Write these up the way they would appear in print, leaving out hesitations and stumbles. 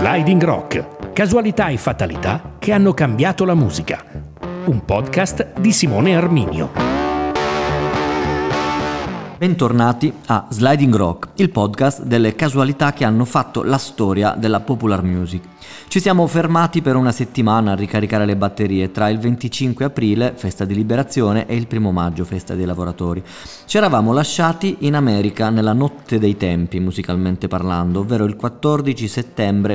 Sliding Rock, casualità e fatalità che hanno cambiato la musica. Un podcast di Simone Arminio. Bentornati a Sliding Rock, il podcast delle casualità che hanno fatto la storia della popular music. Ci siamo fermati per una settimana a ricaricare le batterie tra il 25 aprile, festa di liberazione, e il 1 maggio, festa dei lavoratori. Ci eravamo lasciati in America nella notte dei tempi, musicalmente parlando, ovvero il 14 settembre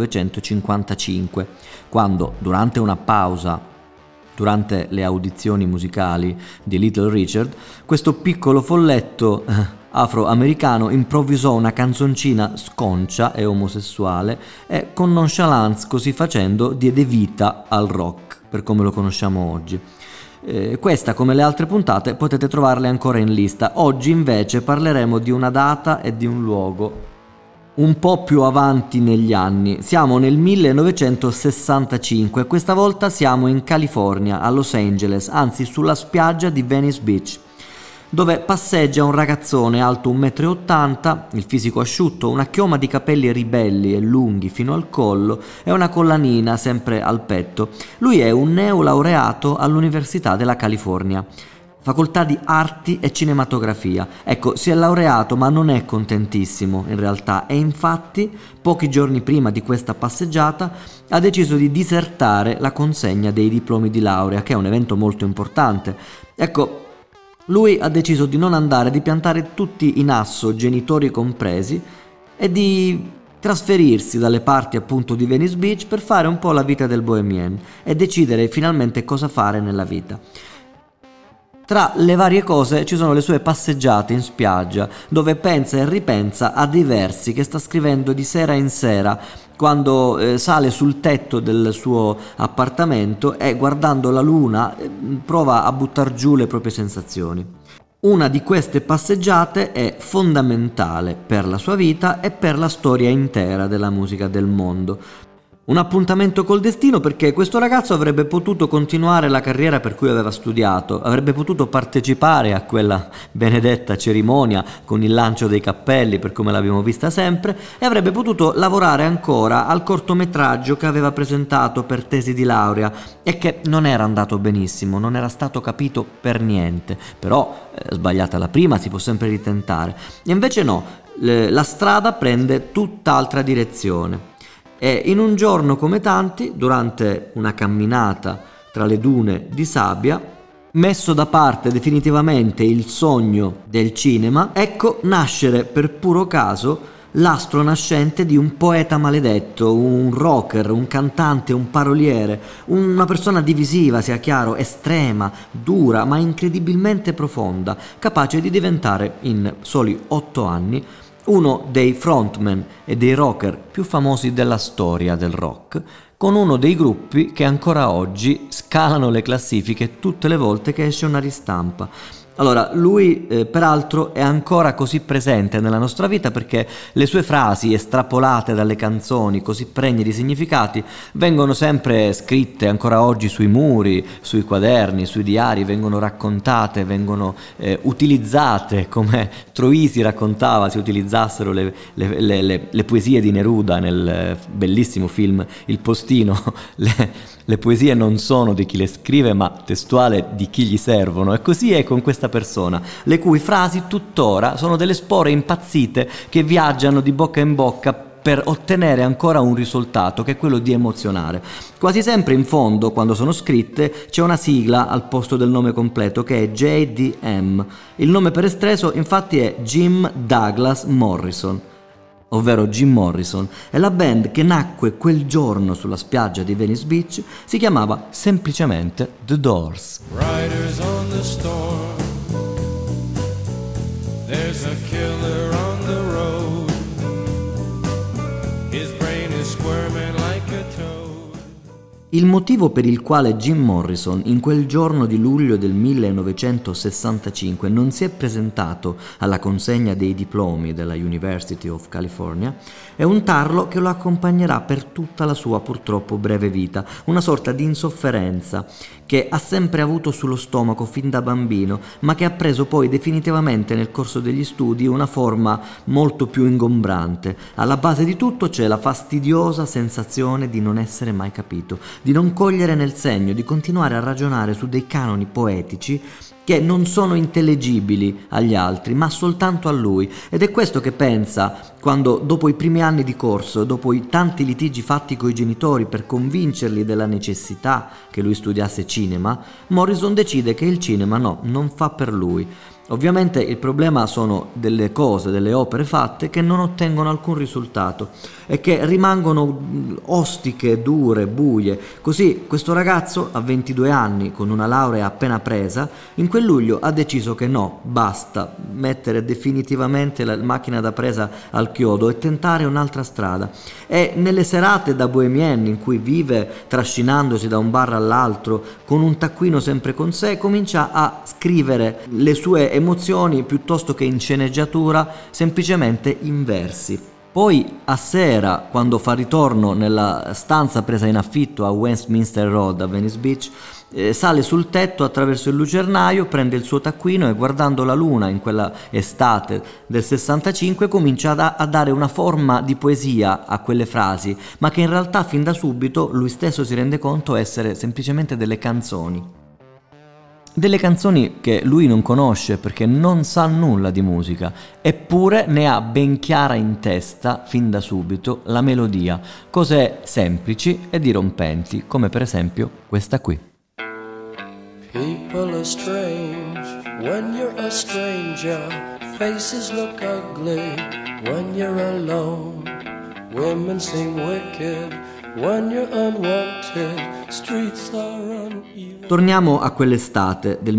1955, quando, durante una pausa durante le audizioni musicali di Little Richard, questo piccolo folletto afroamericano improvvisò una canzoncina sconcia e omosessuale e con nonchalance, così facendo, diede vita al rock per come lo conosciamo oggi. Questa, come le altre puntate, potete trovarle ancora in lista. Oggi invece parleremo di una data e di un luogo un po' più avanti negli anni. Siamo nel 1965 e questa volta siamo in California, a Los Angeles, anzi sulla spiaggia di Venice Beach, dove passeggia un ragazzone alto 1,80 m, il fisico asciutto, una chioma di capelli ribelli e lunghi fino al collo e una collanina sempre al petto. Lui è un neolaureato all'Università della California, facoltà di arti e cinematografia. Ecco, si è laureato ma non è contentissimo in realtà, e infatti pochi giorni prima di questa passeggiata ha deciso di disertare la consegna dei diplomi di laurea, che è un evento molto importante. Ecco, lui ha deciso di non andare, di piantare tutti in asso, genitori compresi, e di trasferirsi dalle parti appunto di Venice Beach per fare un po' la vita del bohemien e decidere finalmente cosa fare nella vita. Tra le varie cose ci sono le sue passeggiate in spiaggia, dove pensa e ripensa a dei versi che sta scrivendo di sera in sera, quando sale sul tetto del suo appartamento e, guardando la luna, prova a buttar giù le proprie sensazioni. Una di queste passeggiate è fondamentale per la sua vita e per la storia intera della musica del mondo. Un appuntamento col destino, perché questo ragazzo avrebbe potuto continuare la carriera per cui aveva studiato, avrebbe potuto partecipare a quella benedetta cerimonia con il lancio dei cappelli, per come l'abbiamo vista sempre, e avrebbe potuto lavorare ancora al cortometraggio che aveva presentato per tesi di laurea e che non era andato benissimo, non era stato capito per niente, però sbagliata la prima si può sempre ritentare. E invece no, la strada prende tutt'altra direzione. E in un giorno come tanti, durante una camminata tra le dune di sabbia, messo da parte definitivamente il sogno del cinema, ecco nascere per puro caso l'astro nascente di un poeta maledetto, un rocker, un cantante, un paroliere, una persona divisiva, sia chiaro, estrema, dura, ma incredibilmente profonda, capace di diventare in soli 8 anni uno dei frontman e dei rocker più famosi della storia del rock, con uno dei gruppi che ancora oggi scalano le classifiche tutte le volte che esce una ristampa. Allora, lui peraltro è ancora così presente nella nostra vita perché le sue frasi estrapolate dalle canzoni, così pregne di significati, vengono sempre scritte ancora oggi sui muri, sui quaderni, sui diari, vengono raccontate, vengono utilizzate, come Troisi raccontava si utilizzassero le poesie di Neruda nel bellissimo film Il Postino. Le poesie non sono di chi le scrive, ma testuale di chi gli servono, e così è con questa persona, le cui frasi tuttora sono delle spore impazzite che viaggiano di bocca in bocca per ottenere ancora un risultato, che è quello di emozionare. Quasi sempre in fondo, quando sono scritte, c'è una sigla al posto del nome completo, che è JDM. Il nome per esteso infatti è Jim Douglas Morrison, ovvero Jim Morrison, e la band che nacque quel giorno sulla spiaggia di Venice Beach si chiamava semplicemente The Doors. Riders on the storm. There's a killer on the road. His brain is squirming like a toad. Il motivo per il quale Jim Morrison in quel giorno di luglio del 1965 non si è presentato alla consegna dei diplomi della University of California è un tarlo che lo accompagnerà per tutta la sua purtroppo breve vita, una sorta di insofferenza che ha sempre avuto sullo stomaco fin da bambino, ma che ha preso poi definitivamente nel corso degli studi una forma molto più ingombrante. Alla base di tutto c'è la fastidiosa sensazione di non essere mai capito, di non cogliere nel segno, di continuare a ragionare su dei canoni poetici che non sono intellegibili agli altri, ma soltanto a lui. Ed è questo che pensa quando, dopo i primi anni di corso, dopo i tanti litigi fatti coi genitori per convincerli della necessità che lui studiasse cinema, Morrison decide che il cinema non fa per lui. Ovviamente il problema sono delle cose, delle opere fatte che non ottengono alcun risultato e che rimangono ostiche, dure, buie. Così questo ragazzo a 22 anni, con una laurea appena presa, in quel luglio ha deciso che no, basta, mettere definitivamente la macchina da presa al chiodo e tentare un'altra strada. E nelle serate da bohemienne in cui vive trascinandosi da un bar all'altro con un taccuino sempre con sé, comincia a scrivere le sue emozioni piuttosto che in sceneggiatura, semplicemente in versi. Poi a sera, quando fa ritorno nella stanza presa in affitto a Westminster Road a Venice Beach, sale sul tetto attraverso il lucernaio, prende il suo taccuino e guardando la luna in quella estate del 65 comincia a dare una forma di poesia a quelle frasi, ma che in realtà fin da subito lui stesso si rende conto essere semplicemente delle canzoni. Delle canzoni che lui non conosce perché non sa nulla di musica, eppure ne ha ben chiara in testa fin da subito la melodia, cose semplici e dirompenti, come per esempio questa qui. People are strange when you're a stranger. Faces look ugly when you're alone. Women seem wicked when you're unwanted. Streets are uneven. Torniamo a quell'estate del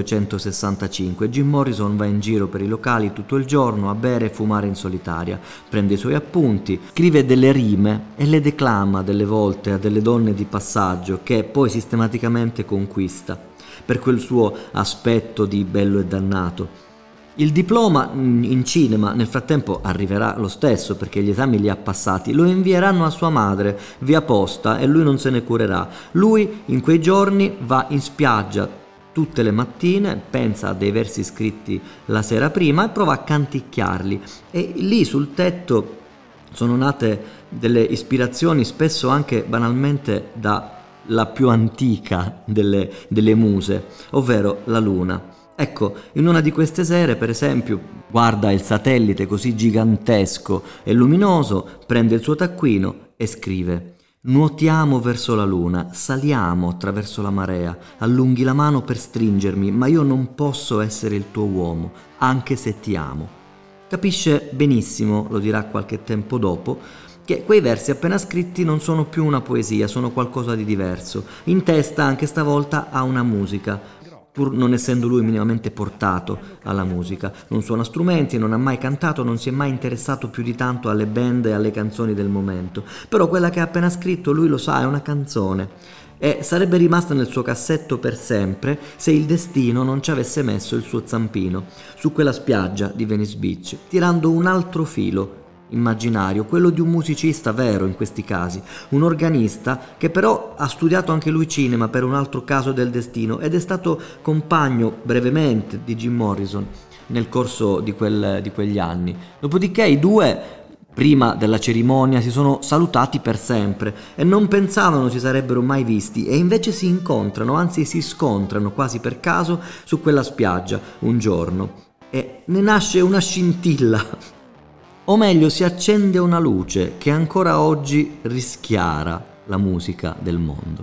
1965. Jim Morrison va in giro per i locali tutto il giorno a bere e fumare in solitaria, prende i suoi appunti, scrive delle rime e le declama delle volte a delle donne di passaggio che poi sistematicamente conquista per quel suo aspetto di bello e dannato. Il diploma in cinema nel frattempo arriverà lo stesso perché gli esami li ha passati, lo invieranno a sua madre via posta e lui non se ne curerà. Lui in quei giorni va in spiaggia tutte le mattine, pensa a dei versi scritti la sera prima e prova a canticchiarli, e lì sul tetto sono nate delle ispirazioni spesso anche banalmente dalla più antica delle muse, ovvero la luna. Ecco, in una di queste sere, per esempio, guarda il satellite così gigantesco e luminoso, prende il suo taccuino e scrive: nuotiamo verso la luna, saliamo attraverso la marea, allunghi la mano per stringermi, ma io non posso essere il tuo uomo, anche se ti amo. Capisce benissimo, lo dirà qualche tempo dopo, che quei versi appena scritti non sono più una poesia, sono qualcosa di diverso. In testa anche stavolta ha una musica, pur non essendo lui minimamente portato alla musica. Non suona strumenti, non ha mai cantato, non si è mai interessato più di tanto alle band e alle canzoni del momento. Però quella che ha appena scritto, lui lo sa, è una canzone e sarebbe rimasta nel suo cassetto per sempre se il destino non ci avesse messo il suo zampino su quella spiaggia di Venice Beach, tirando un altro filo immaginario, quello di un musicista vero in questi casi, un organista che però ha studiato anche lui cinema per un altro caso del destino ed è stato compagno brevemente di Jim Morrison nel corso di quegli anni. Dopodiché i due, prima della cerimonia, si sono salutati per sempre e non pensavano si sarebbero mai visti, e invece si incontrano, anzi si scontrano quasi per caso su quella spiaggia un giorno e ne nasce una scintilla. O meglio, si accende una luce che ancora oggi rischiara la musica del mondo.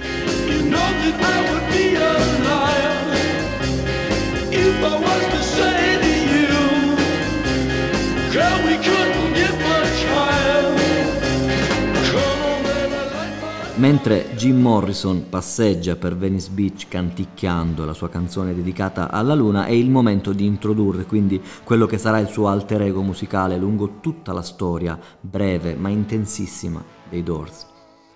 You know that I would be a liar if I was to say to you, girl, we couldn't get much higher. Come on, baby, light my... Mentre Jim Morrison passeggia per Venice Beach canticchiando la sua canzone dedicata alla luna, è il momento di introdurre quindi quello che sarà il suo alter ego musicale lungo tutta la storia breve ma intensissima dei Doors.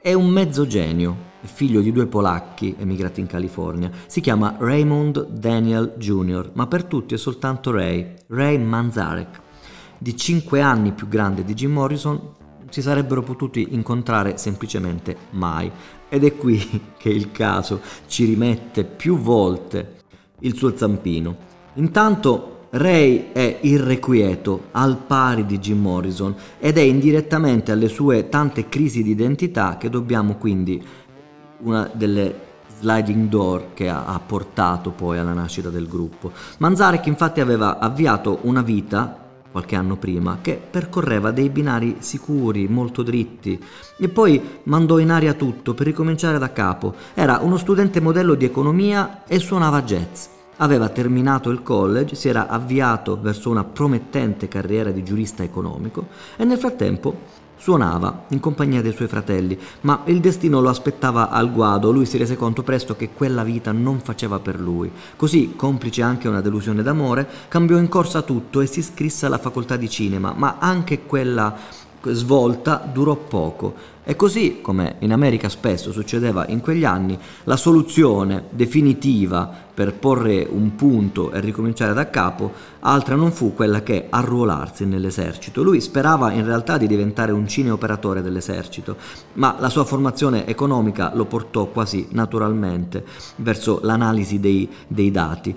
È un mezzo genio, figlio di 2 polacchi emigrati in California. Si chiama Raymond Daniel Jr., ma per tutti è soltanto Ray Manzarek. Di 5 anni più grande di Jim Morrison, si sarebbero potuti incontrare semplicemente mai. Ed è qui che il caso ci rimette più volte il suo zampino. Intanto Ray è irrequieto, al pari di Jim Morrison, ed è indirettamente alle sue tante crisi di identità che dobbiamo quindi una delle sliding door che ha portato poi alla nascita del gruppo. Manzarek infatti aveva avviato una vita qualche anno prima che percorreva dei binari sicuri, molto dritti, e poi mandò in aria tutto per ricominciare da capo. Era uno studente modello di economia e suonava jazz. Aveva terminato il college, si era avviato verso una promettente carriera di giurista economico e nel frattempo suonava in compagnia dei suoi fratelli, ma il destino lo aspettava al guado. Lui si rese conto presto che quella vita non faceva per lui. Così, complice anche una delusione d'amore, cambiò in corsa tutto e si iscrisse alla facoltà di cinema, ma anche quella svolta durò poco. E così, come in America spesso succedeva in quegli anni, la soluzione definitiva per porre un punto e ricominciare da capo altra non fu quella che arruolarsi nell'esercito. Lui sperava in realtà di diventare un cineoperatore dell'esercito, ma la sua formazione economica lo portò quasi naturalmente verso l'analisi dei dati.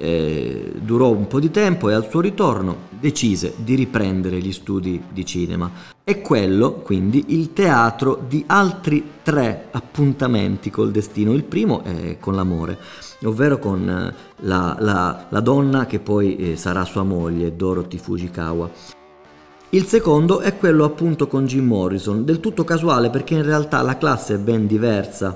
Durò un po' di tempo e al suo ritorno decise di riprendere gli studi di cinema. E quello, quindi, il teatro di altri 3 appuntamenti col destino. Il primo è con l'amore, ovvero con la donna che poi sarà sua moglie, Dorothy Fujikawa. Il secondo è quello appunto con Jim Morrison, del tutto casuale perché in realtà la classe è ben diversa.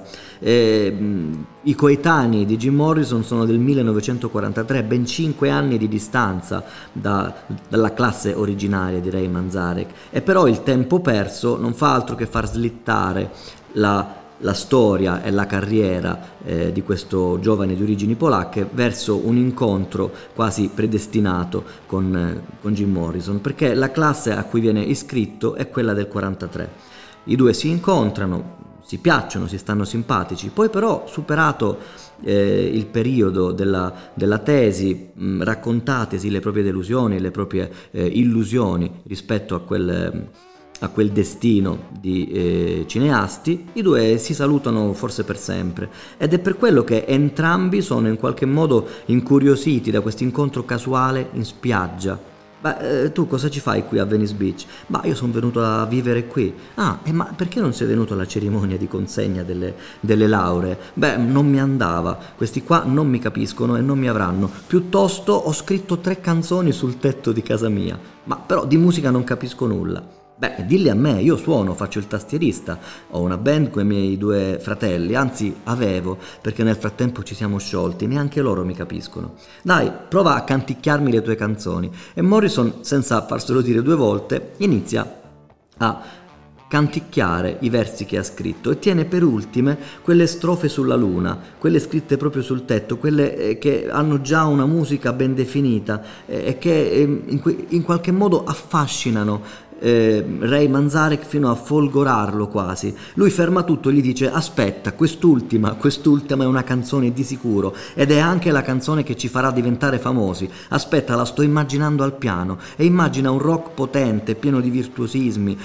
I coetanei di Jim Morrison sono del 1943, ben 5 anni di distanza dalla classe originaria di Ray Manzarek, e però il tempo perso non fa altro che far slittare la storia e la carriera di questo giovane di origini polacche verso un incontro quasi predestinato con Jim Morrison, perché la classe a cui viene iscritto è quella del 43. I due si incontrano, si piacciono, si stanno simpatici, poi però superato il periodo della tesi, raccontatesi le proprie delusioni, le proprie illusioni rispetto a quel destino di cineasti, i due si salutano forse per sempre, ed è per quello che entrambi sono in qualche modo incuriositi da questo incontro casuale in spiaggia. Tu cosa ci fai qui a Venice Beach? Io sono venuto a vivere qui. Ma perché non sei venuto alla cerimonia di consegna delle lauree? Non mi andava, questi qua non mi capiscono e non mi avranno. Piuttosto ho scritto 3 canzoni sul tetto di casa mia, ma però di musica non capisco nulla. Dilli a me, io suono, faccio il tastierista, ho una band con i miei 2 fratelli, anzi avevo, perché nel frattempo ci siamo sciolti, neanche loro mi capiscono. Dai, prova a canticchiarmi le tue canzoni. E Morrison, senza farselo dire 2 volte, inizia a canticchiare i versi che ha scritto e tiene per ultime quelle strofe sulla luna, quelle scritte proprio sul tetto, quelle che hanno già una musica ben definita e che in qualche modo affascinano Ray Manzarek fino a folgorarlo quasi. Lui ferma tutto e gli dice: aspetta, quest'ultima è una canzone di sicuro ed è anche la canzone che ci farà diventare famosi. Aspetta, la sto immaginando al piano. E immagina un rock potente, pieno di virtuosismi,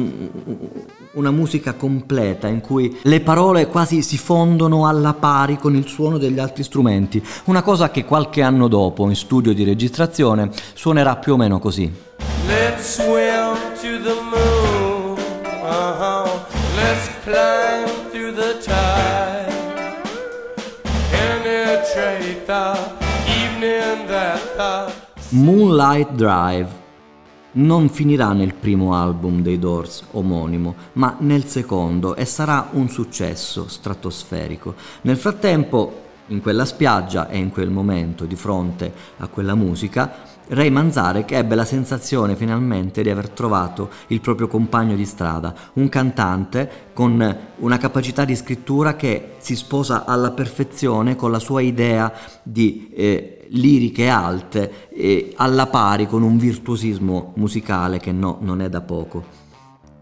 una musica completa in cui le parole quasi si fondono alla pari con il suono degli altri strumenti, una cosa che qualche anno dopo in studio di registrazione suonerà più o meno così. Let's swim to the moon, let's climb through the tide, penetrate the evening that Moonlight Drive non finirà nel primo album dei Doors omonimo, ma nel secondo, e sarà un successo stratosferico. Nel frattempo, in quella spiaggia e in quel momento di fronte a quella musica, Ray Manzarek ebbe la sensazione finalmente di aver trovato il proprio compagno di strada, un cantante con una capacità di scrittura che si sposa alla perfezione con la sua idea di liriche alte, alla pari con un virtuosismo musicale che non è da poco.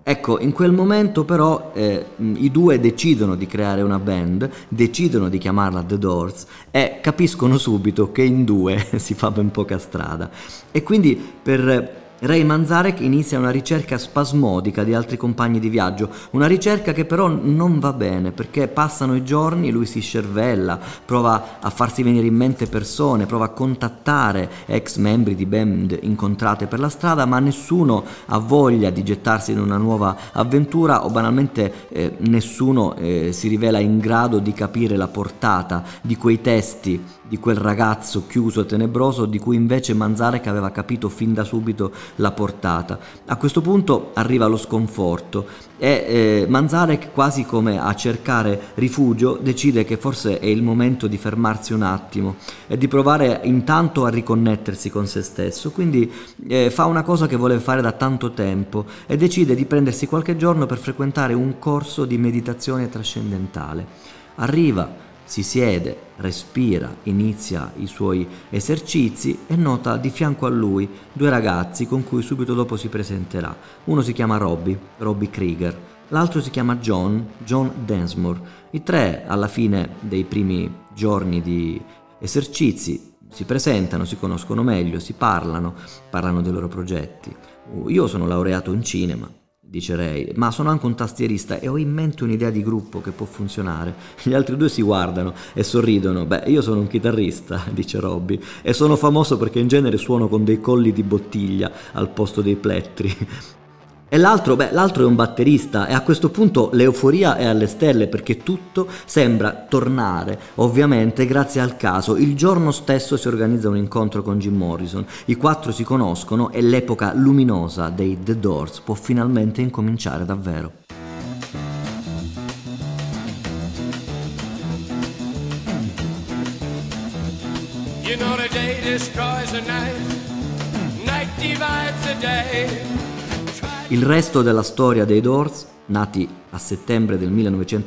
Ecco, in quel momento però i due decidono di creare una band, decidono di chiamarla The Doors e capiscono subito che in due si fa ben poca strada. E quindi per Ray Manzarek inizia una ricerca spasmodica di altri compagni di viaggio, una ricerca che però non va bene perché passano i giorni, lui si scervella, prova a farsi venire in mente persone, prova a contattare ex membri di band incontrate per la strada, ma nessuno ha voglia di gettarsi in una nuova avventura o banalmente nessuno si rivela in grado di capire la portata di quei testi di quel ragazzo chiuso e tenebroso di cui invece Manzarek aveva capito fin da subito la portata. A questo punto arriva lo sconforto e Manzarek, quasi come a cercare rifugio, decide che forse è il momento di fermarsi un attimo e di provare intanto a riconnettersi con se stesso. Quindi fa una cosa che vuole fare da tanto tempo e decide di prendersi qualche giorno per frequentare un corso di meditazione trascendentale. Arriva, si siede, respira, inizia i suoi esercizi e nota di fianco a lui due ragazzi con cui subito dopo si presenterà. Uno si chiama Robbie Krieger, l'altro si chiama John Densmore. I tre, alla fine dei primi giorni di esercizi, si presentano, si conoscono meglio, si parlano dei loro progetti. Io sono laureato in cinema, dice Ray, ma sono anche un tastierista e ho in mente un'idea di gruppo che può funzionare. Gli altri due si guardano e sorridono. Beh, io sono un chitarrista, dice Robbie, e sono famoso perché in genere suono con dei colli di bottiglia al posto dei plettri. E l'altro è un batterista, e a questo punto l'euforia è alle stelle perché tutto sembra tornare, ovviamente grazie al caso. Il giorno stesso si organizza un incontro con Jim Morrison, i quattro si conoscono e l'epoca luminosa dei The Doors può finalmente incominciare davvero. You know the day destroys the night, night divides the day. Il resto della storia dei Doors, nati a settembre del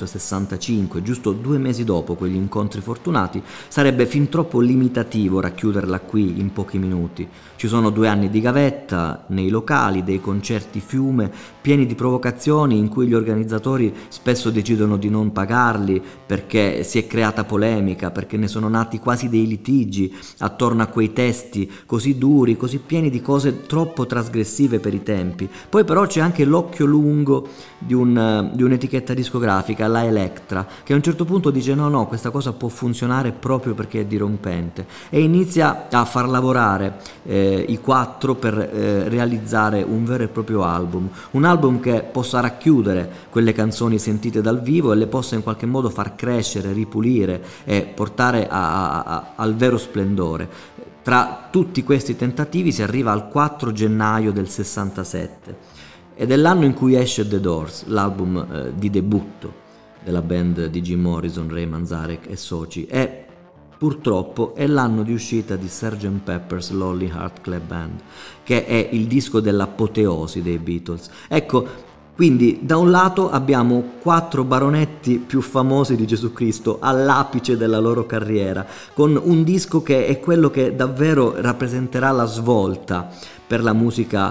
1965, giusto 2 mesi dopo quegli incontri fortunati, sarebbe fin troppo limitativo racchiuderla qui in pochi minuti. Ci sono 2 anni di gavetta nei locali, dei concerti fiume pieni di provocazioni in cui gli organizzatori spesso decidono di non pagarli perché si è creata polemica, perché ne sono nati quasi dei litigi attorno a quei testi così duri, così pieni di cose troppo trasgressive per i tempi. Poi però c'è anche l'occhio lungo di un'etichetta discografica, la Elektra, che a un certo punto dice no, questa cosa può funzionare proprio perché è dirompente, e inizia a far lavorare i 4 per realizzare un vero e proprio album, un album che possa racchiudere quelle canzoni sentite dal vivo e le possa in qualche modo far crescere, ripulire e portare al vero splendore. Tra tutti questi tentativi si arriva al 4 gennaio del 67 ed è l'anno in cui esce The Doors, l'album di debutto della band di Jim Morrison, Ray Manzarek e soci, e purtroppo è l'anno di uscita di Sgt. Pepper's Lonely Hearts Club Band, che è il disco dell'apoteosi dei Beatles. Ecco, quindi da un lato abbiamo 4 baronetti più famosi di Gesù Cristo all'apice della loro carriera, con un disco che è quello che davvero rappresenterà la svolta per la musica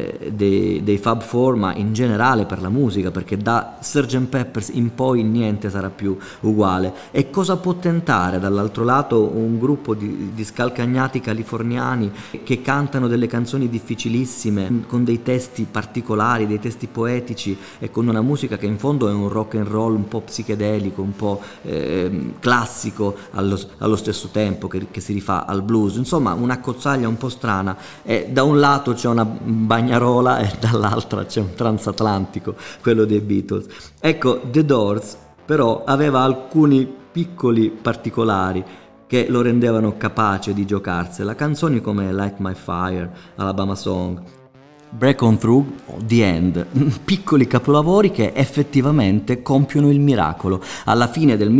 dei Fab Four, ma in generale per la musica, perché da Sgt. Pepper's in poi niente sarà più uguale. E cosa può tentare dall'altro lato un gruppo di scalcagnati californiani che cantano delle canzoni difficilissime con dei testi particolari, dei testi poetici e con una musica che in fondo è un rock and roll un po' psichedelico, un po' classico allo stesso tempo, che si rifà al blues, insomma una cozzaglia un po' strana. E da un lato c'è una bagnarola e dall'altra c'è un transatlantico, quello dei Beatles. Ecco, The Doors però aveva alcuni piccoli particolari che lo rendevano capace di giocarsela. Canzoni come Light My Fire, Alabama Song, Break On Through, The End, piccoli capolavori che effettivamente compiono il miracolo. Alla fine del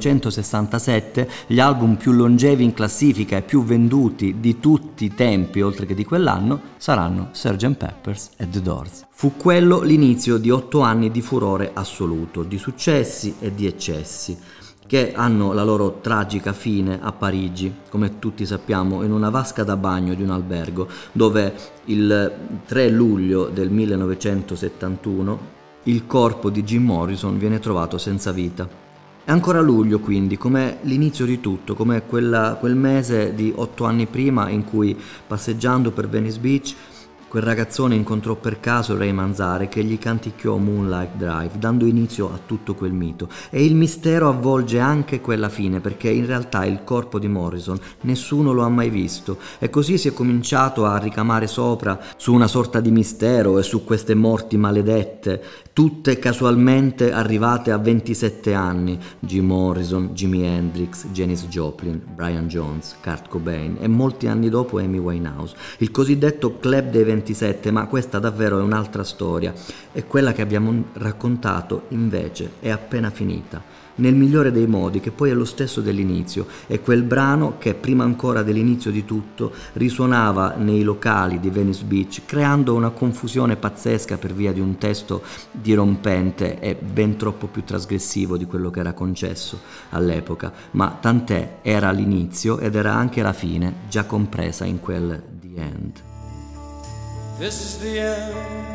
1967 gli album più longevi in classifica e più venduti di tutti i tempi, oltre che di quell'anno, saranno Sgt. Pepper's e The Doors. Fu quello l'inizio di 8 anni di furore assoluto, di successi e di eccessi. che hanno la loro tragica fine a Parigi, come tutti sappiamo, in una vasca da bagno di un albergo, dove il 3 luglio del 1971 il corpo di Jim Morrison viene trovato senza vita. È ancora luglio, quindi, come l'inizio di tutto, come quel mese di 8 anni prima in cui, passeggiando per Venice Beach, quel ragazzone incontrò per caso Ray Manzarek che gli canticchiò Moonlight Drive, dando inizio a tutto quel mito. E il mistero avvolge anche quella fine, perché in realtà il corpo di Morrison nessuno lo ha mai visto, e così si è cominciato a ricamare sopra su una sorta di mistero e su queste morti maledette, tutte casualmente arrivate a 27 anni: Jim Morrison, Jimi Hendrix, Janis Joplin, Brian Jones, Kurt Cobain e molti anni dopo Amy Winehouse. Il cosiddetto Club dei 27, ma questa davvero è un'altra storia, e quella che abbiamo raccontato invece è appena finita, nel migliore dei modi, che poi è lo stesso dell'inizio. È quel brano che prima ancora dell'inizio di tutto risuonava nei locali di Venice Beach, creando una confusione pazzesca per via di un testo dirompente e ben troppo più trasgressivo di quello che era concesso all'epoca, ma tant'è, era l'inizio ed era anche la fine, già compresa in quel The End. This is the end,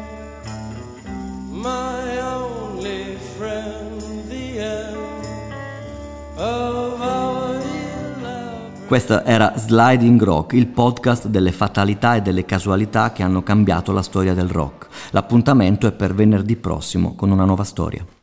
my only friend, the end of our love. Questo era Sliding Rock, il podcast delle fatalità e delle casualità che hanno cambiato la storia del rock. L'appuntamento è per venerdì prossimo con una nuova storia.